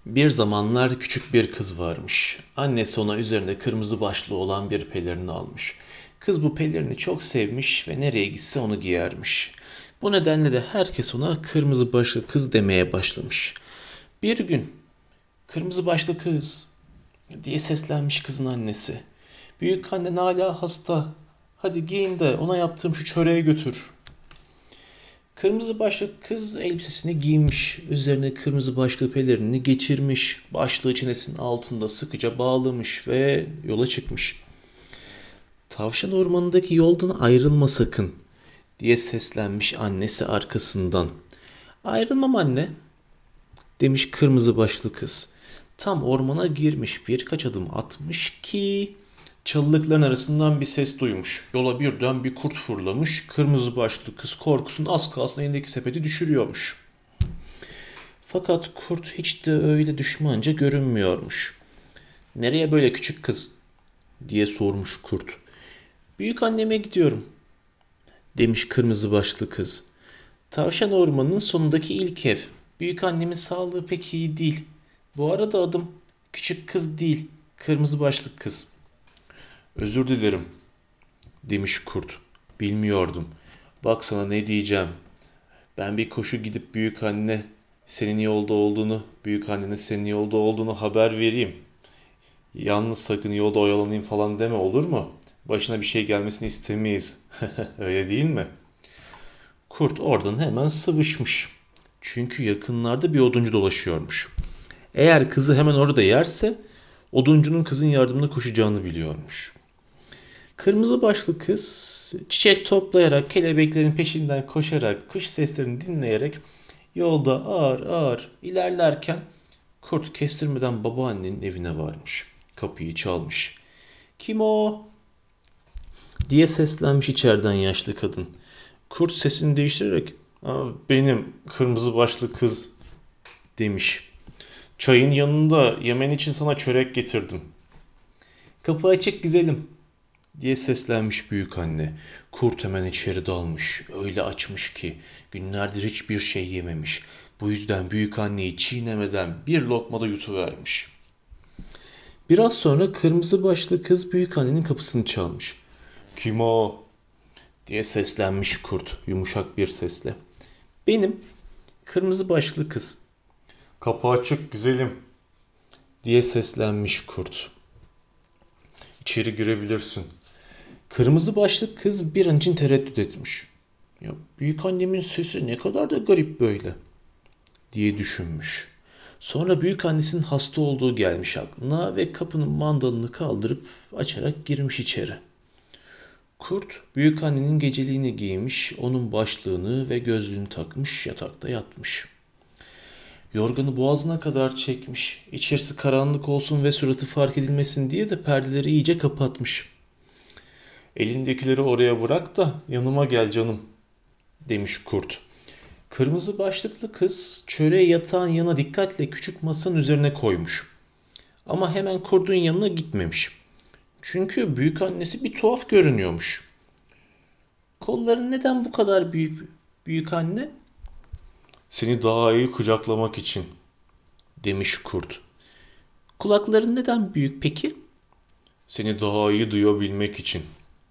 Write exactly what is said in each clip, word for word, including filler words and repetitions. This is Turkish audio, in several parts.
Bir zamanlar küçük bir kız varmış. Annesi ona üzerinde kırmızı başlı olan bir pelerini almış. Kız bu pelerini çok sevmiş ve nereye gitse onu giyermiş. Bu nedenle de herkes ona kırmızı başlı kız demeye başlamış. Bir gün kırmızı başlı kız diye seslenmiş kızın annesi. Büyük annen hala hasta. Hadi giyin de ona yaptığım şu çöreği götür. Kırmızı başlı kız elbisesini giymiş, üzerine kırmızı başlı pelerinini geçirmiş, başlığı çenesinin altında sıkıca bağlamış ve yola çıkmış. Tavşan ormanındaki yoldan ayrılma sakın diye seslenmiş annesi arkasından. Ayrılmam anne demiş kırmızı başlı kız. Tam ormana girmiş birkaç adım atmış ki çalılıkların arasından bir ses duymuş. Yola birden bir kurt fırlamış. Kırmızı başlı kız korkusun az kalsın elindeki sepeti düşürüyormuş. Fakat kurt hiç de öyle düşmanca görünmüyormuş. Nereye böyle küçük kız diye sormuş kurt. Büyük anneme gidiyorum demiş kırmızı başlı kız. Tavşan ormanının sonundaki ilk ev. Büyük annemin sağlığı pek iyi değil. Bu arada adım küçük kız değil, kırmızı başlı kız. Özür dilerim demiş kurt. Bilmiyordum. Bak sana ne diyeceğim. Ben bir koşu gidip büyük anne senin yolda olduğunu, büyük annene senin yolda olduğunu haber vereyim. Yalnız sakın yolda oyalanayım falan deme, olur mu? Başına bir şey gelmesini istemeyiz. Öyle değil mi? Kurt oradan hemen sıvışmış. Çünkü yakınlarda bir oduncu dolaşıyormuş. Eğer kızı hemen orada yerse oduncunun kızın yardımına koşacağını biliyormuş. Kırmızı başlı kız çiçek toplayarak, kelebeklerin peşinden koşarak, kuş seslerini dinleyerek yolda ağır ağır ilerlerken kurt kestirmeden babaannenin evine varmış. Kapıyı çalmış. Kim o? Diye seslenmiş içeriden yaşlı kadın. Kurt sesini değiştirerek benim kırmızı başlı kız demiş. Çayın yanında yemen için sana çörek getirdim. Kapı açık güzelim diye seslenmiş büyük anne. Kurt hemen içeri dalmış. Öyle açmış ki günlerdir hiçbir şey yememiş. Bu yüzden büyük anneyi çiğnemeden bir lokmada yutuvermiş. Biraz sonra kırmızı başlı kız büyük annenin kapısını çalmış. Kim o? Diye seslenmiş kurt yumuşak bir sesle. Benim kırmızı başlı kız. Kapı açık güzelim diye seslenmiş kurt. İçeri girebilirsin. Kırmızı başlı kız bir an için tereddüt etmiş. Ya büyük annemin sesi ne kadar da garip böyle diye düşünmüş. Sonra büyük annesinin hasta olduğu gelmiş aklına ve kapının mandalını kaldırıp açarak girmiş içeri. Kurt büyük annenin geceliğini giymiş, onun başlığını ve gözlüğünü takmış, yatakta yatmış. Yorganı boğazına kadar çekmiş, içerisi karanlık olsun ve suratı fark edilmesin diye de perdeleri iyice kapatmış. Elindekileri oraya bırak da yanıma gel canım demiş kurt. Kırmızı başlıklı kız çöreği yatağın yanına dikkatle küçük masanın üzerine koymuş. Ama hemen kurdun yanına gitmemiş. Çünkü büyük annesi bir tuhaf görünüyormuş. Kolların neden bu kadar büyük büyük anne? Seni daha iyi kucaklamak için demiş kurt. Kulakların neden büyük peki? Seni daha iyi duyabilmek için.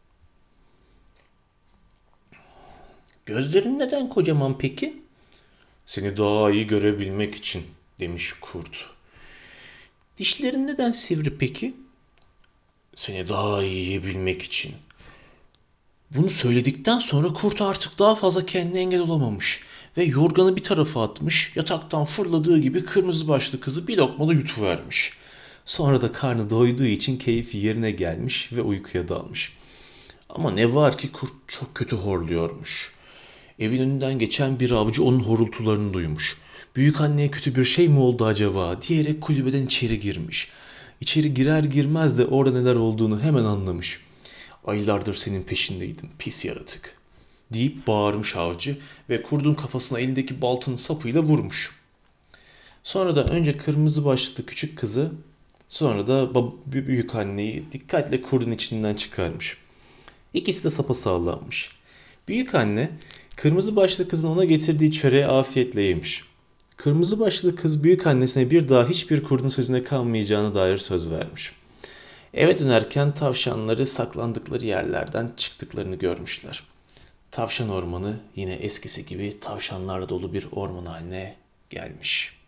Gözlerin neden kocaman peki? Seni daha iyi görebilmek için demiş kurt. Dişlerin neden sivri peki? Seni daha iyi yiyebilmek için. Bunu söyledikten sonra kurt artık daha fazla kendine engel olamamış ve yorganı bir tarafa atmış, yataktan fırladığı gibi kırmızı başlı kızı bir lokmada yutuvermiş. Sonra da karnı doyduğu için keyfi yerine gelmiş ve uykuya dalmış. Ama ne var ki kurt çok kötü horluyormuş. Evin önünden geçen bir avcı onun horultularını duymuş. Büyük anneye kötü bir şey mi oldu acaba diyerek kulübeden içeri girmiş. İçeri girer girmez de orada neler olduğunu hemen anlamış. Aylardır senin peşindeydim pis yaratık deyip bağırmış avcı ve kurdun kafasına elindeki baltanın sapıyla vurmuş. Sonra da önce kırmızı başlıklı küçük kızı sonra da büyük anneyi dikkatle kurdun içinden çıkarmış. İkisi de sapasağlammış. Büyük anne kırmızı başlı kızın ona getirdiği çöreği afiyetle yemiş. Kırmızı başlı kız büyük annesine bir daha hiçbir kurdun sözüne kalmayacağına dair söz vermiş. Eve dönerken tavşanları saklandıkları yerlerden çıktıklarını görmüşler. Tavşan ormanı yine eskisi gibi tavşanlarla dolu bir orman haline gelmiş.